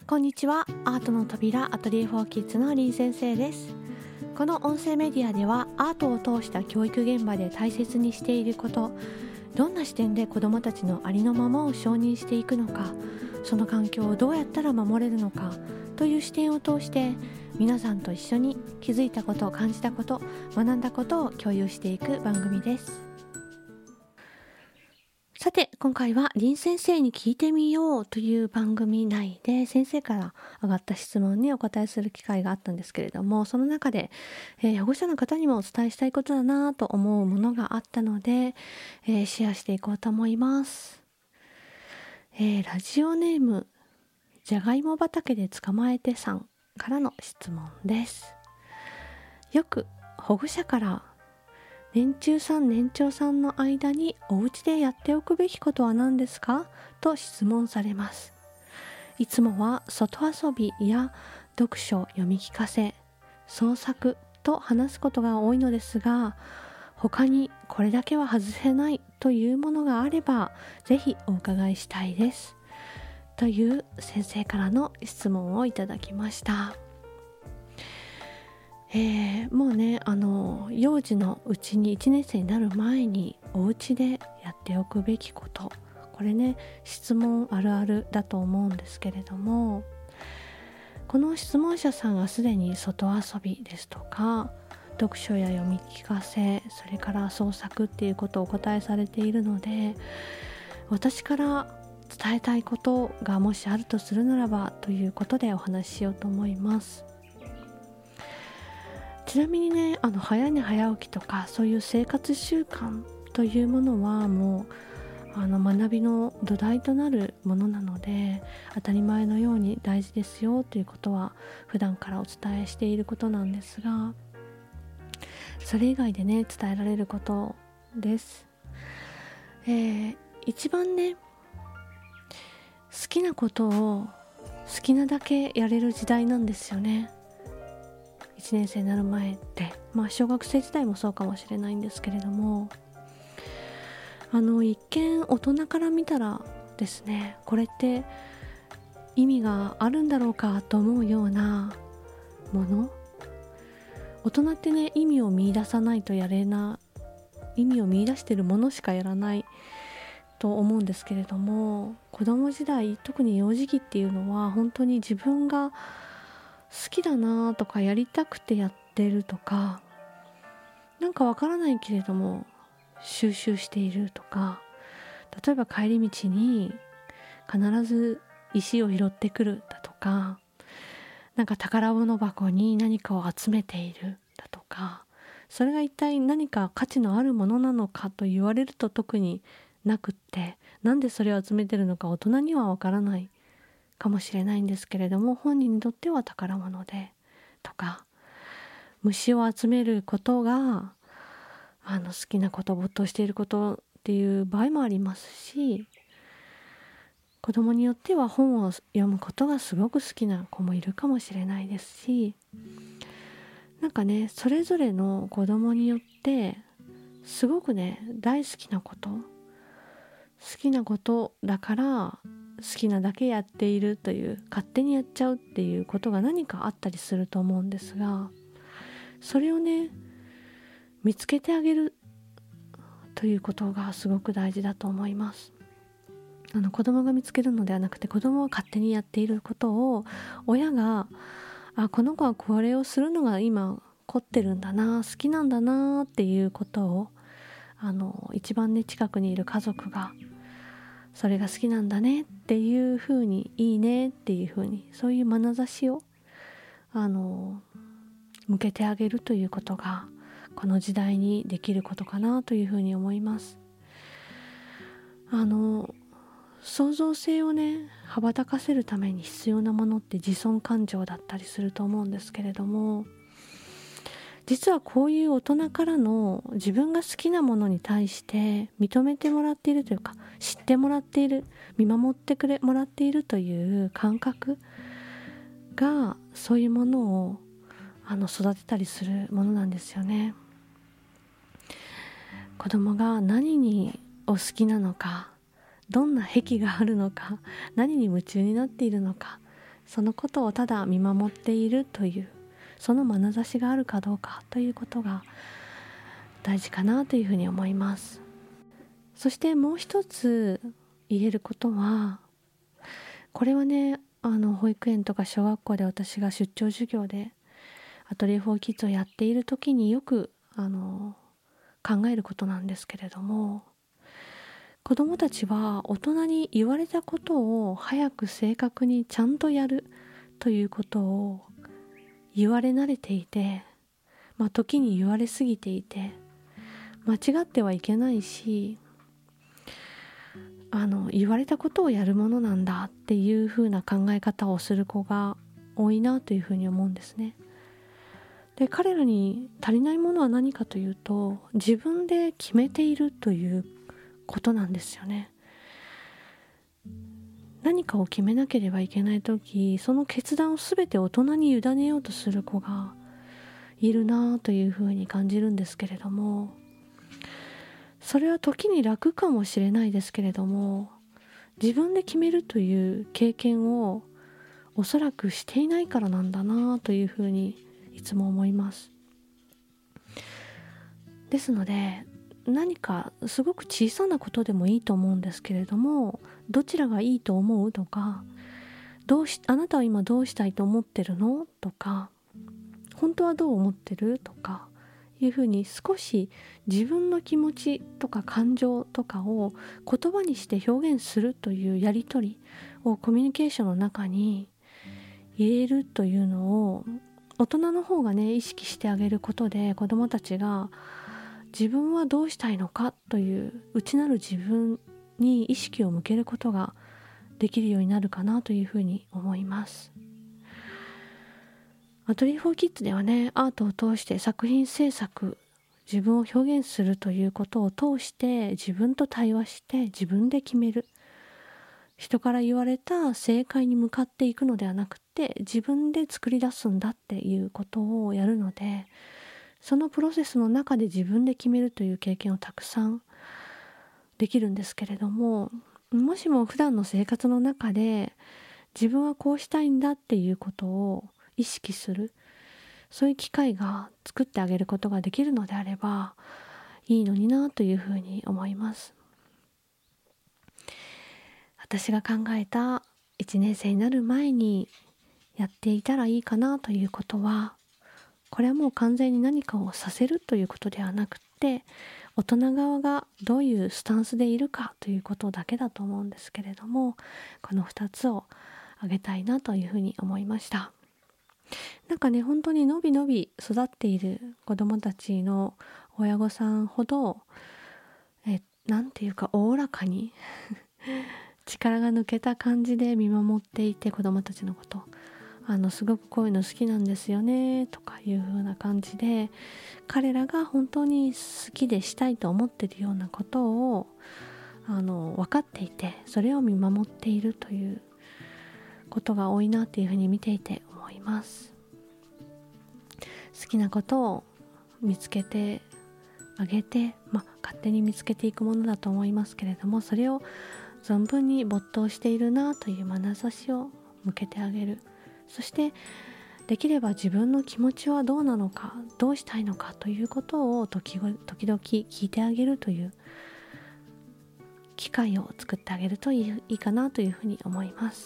こんにちは。アートの扉アトリエ4キッズのリン先生です。この音声メディアではアートを通した教育現場で大切にしていること、どんな視点で子どもたちのありのままを承認していくのか、その環境をどうやったら守れるのかという視点を通して皆さんと一緒に気づいたこと、感じたこと、学んだことを共有していく番組です。さて、今回は林先生に聞いてみようという番組内で先生から上がった質問にお答えする機会があったんですけれども、その中で、保護者の方にもお伝えしたいことだなと思うものがあったので、シェアしていこうと思います。ラジオネームじゃがいも畑で捕まえてさんからの質問です。よく保護者から年中さん年長さんの間にお家でやっておくべきことは何ですかと質問されます。いつもは外遊びや読書、読み聞かせ、創作と話すことが多いのですが、他にこれだけは外せないというものがあればぜひお伺いしたいですという先生からの質問をいただきました。もうね、幼児のうちに1年生になる前にお家でやっておくべきこと、これね、質問あるあるだと思うんですけれども、この質問者さんがすでに外遊びですとか読書や読み聞かせ、それから創作っていうことをお答えされているので、私から伝えたいことがもしあるとするならばということでお話ししようと思います。ちなみにね、早寝早起きとかそういう生活習慣というものはもう学びの土台となるものなので、当たり前のように大事ですよということは普段からお伝えしていることなんですが、それ以外でね、伝えられることです。一番ね、好きなことを好きなだけやれる時代なんですよね。1年生になる前って、小学生時代もそうかもしれないんですけれども、一見大人から見たらですね、これって意味があるんだろうかと思うようなもの、大人ってね、意味を見出さないとやれない、意味を見出しているものしかやらないと思うんですけれども、子供時代、特に幼児期っていうのは本当に自分が好きだなとかやりたくてやってるとか、なんかわからないけれども収集しているとか、例えば帰り道に必ず石を拾ってくるだとか、なんか宝物箱に何かを集めているだとか、それが一体何か価値のあるものなのかと言われると特になくって、なんでそれを集めてるのか大人にはわからないかもしれないんですけれども、本人にとっては宝物でとか、虫を集めることが好きなこと、没頭していることっていう場合もありますし、子供によっては本を読むことがすごく好きな子もいるかもしれないですし、なんかね、それぞれの子供によってすごくね、大好きなこと、好きなことだから好きなだけやっているという、勝手にやっちゃうっていうことが何かあったりすると思うんですが、それをね、見つけてあげるということがすごく大事だと思います。子供が見つけるのではなくて、子供は勝手にやっていることを親が、この子はこれをするのが今凝ってるんだな、好きなんだなっていうことを一番ね、近くにいる家族がそれが好きなんだねっていうふうに、いいねっていうふうに、そういう眼差しを向けてあげるということがこの時代にできることかなというふうに思います。創造性をね、羽ばたかせるために必要なものって自尊感情だったりすると思うんですけれども、実はこういう大人からの自分が好きなものに対して認めてもらっているというか、知ってもらっている、見守ってもらっているという感覚が、そういうものを育てたりするものなんですよね。子供が何にお好きなのか、どんな癖があるのか、何に夢中になっているのか、 そのことをただ見守っているという、その眼差しがあるかどうかということが大事かなというふうに思います。そしてもう一つ言えることは、これはね、保育園とか小学校で私が出張授業でアトリエ4キッズをやっている時によく考えることなんですけれども、子どもたちは大人に言われたことを早く正確にちゃんとやるということを言われ慣れていて、時に言われすぎていて、間違ってはいけないし、言われたことをやるものなんだっていう風な考え方をする子が多いなというふうに思うんですね。で、彼らに足りないものは何かというと、自分で決めているということなんですよね。何かを決めなければいけないとき、その決断を全て大人に委ねようとする子がいるなというふうに感じるんですけれども、それは時に楽かもしれないですけれども、自分で決めるという経験をおそらくしていないからなんだなというふうにいつも思います。ですので、何かすごく小さなことでもいいと思うんですけれども、どちらがいいと思うとか、あなたは今どうしたいと思ってるのとか、本当はどう思ってるとかいうふうに、少し自分の気持ちとか感情とかを言葉にして表現するというやり取りをコミュニケーションの中に入れるというのを、大人の方がね意識してあげることで、子どもたちが自分はどうしたいのかという内なる自分に意識を向けることができるようになるかなというふうに思います。アトリエ4キッズではね、アートを通して作品制作、自分を表現するということを通して自分と対話して自分で決める、人から言われた正解に向かっていくのではなくて、自分で作り出すんだっていうことをやるので、そのプロセスの中で自分で決めるという経験をたくさんできるんですけれども、もしも普段の生活の中で自分はこうしたいんだっていうことを意識する、そういう機会が作ってあげることができるのであればいいのになというふうに思います。私が考えた1年生になる前にやっていたらいいかなということは、これはもう完全に何かをさせるということではなくて、大人側がどういうスタンスでいるかということだけだと思うんですけれども、この2つを挙げたいなというふうに思いました。なんかね、本当にのびのび育っている子どもたちの親御さんほどなんていうかおおらかに力が抜けた感じで見守っていて、子どもたちのことすごくこういうの好きなんですよねとかいう風な感じで、彼らが本当に好きでしたいと思っているようなことを分かっていて、それを見守っているということが多いなっていうふうに見ていて思います。好きなことを見つけてあげて、勝手に見つけていくものだと思いますけれども、それを存分に没頭しているなという眼差しを向けてあげる。そしてできれば自分の気持ちはどうなのか、どうしたいのかということを時々聞いてあげるという機会を作ってあげるといいかなというふうに思います。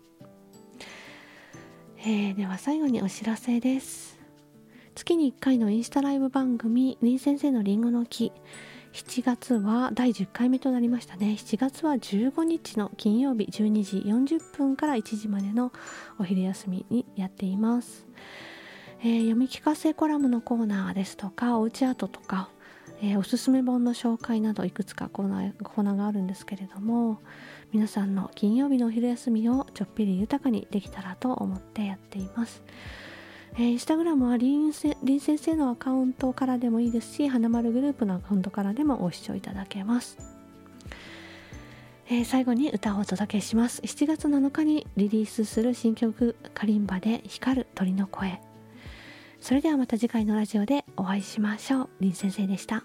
では最後にお知らせです。月に1回のインスタライブ番組、林先生のりんごの木、7月は第10回目となりましたね。7月は15日の金曜日12時40分から1時までのお昼休みにやっています。読み聞かせコラムのコーナーですとか、おうちアートとか、おすすめ本の紹介などいくつかコーナーがあるんですけれども、皆さんの金曜日のお昼休みをちょっぴり豊かにできたらと思ってやっています。インスタグラムは林先生のアカウントからでもいいですし、花丸グループのアカウントからでもご視聴いただけます。最後に歌をお届けします。7月7日にリリースする新曲カリンバで光る鳥の声。それではまた次回のラジオでお会いしましょう。林先生でした。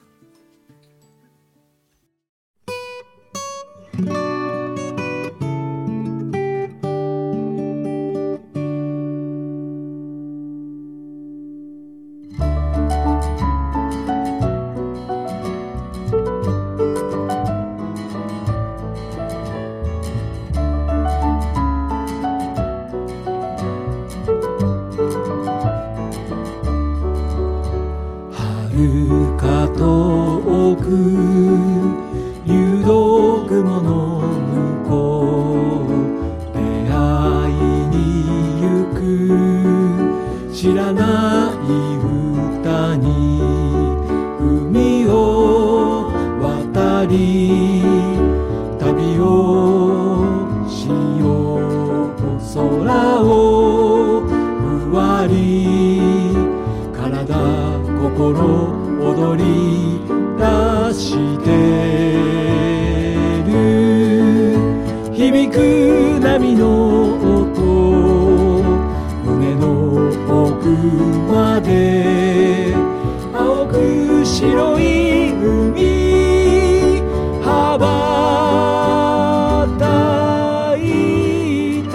心踊り出してる。響く波の音、胸の奥まで青く白い海羽ばたいて、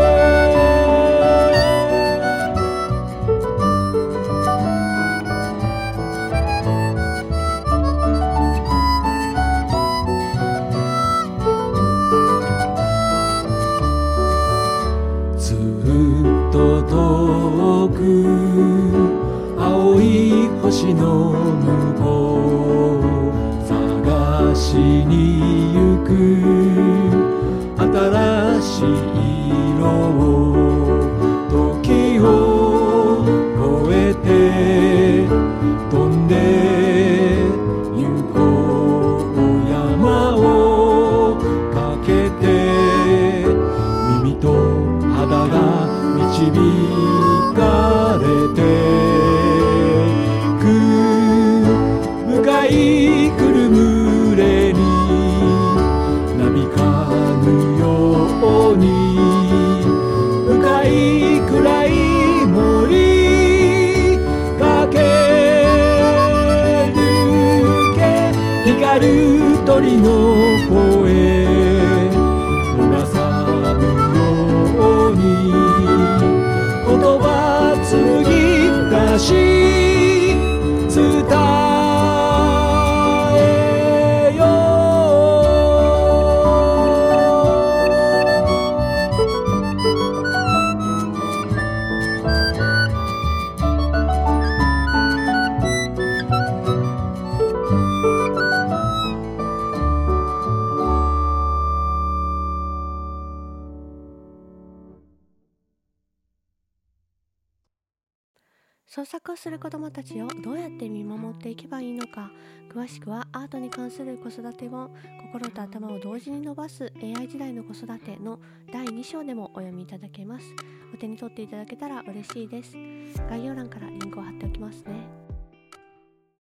ずっと遠く青い星の向こう探しに行く、新しい色を時を越えて飛んで行こう、山をかけて耳と肌が導かれてく、向かい来る群れになびかぬように、深い暗い森駆け抜け、光る鳥の声流さぬように、言葉紡ぎ出し伝えよ創作をする子どもたちをどうやって見守っていけばいいのか、詳しくはアートに関する子育て本、心と頭を同時に伸ばす AI 時代の子育ての第2章でもお読みいただけます。お手に取っていただけたら嬉しいです。概要欄からリンクを貼っておきますね。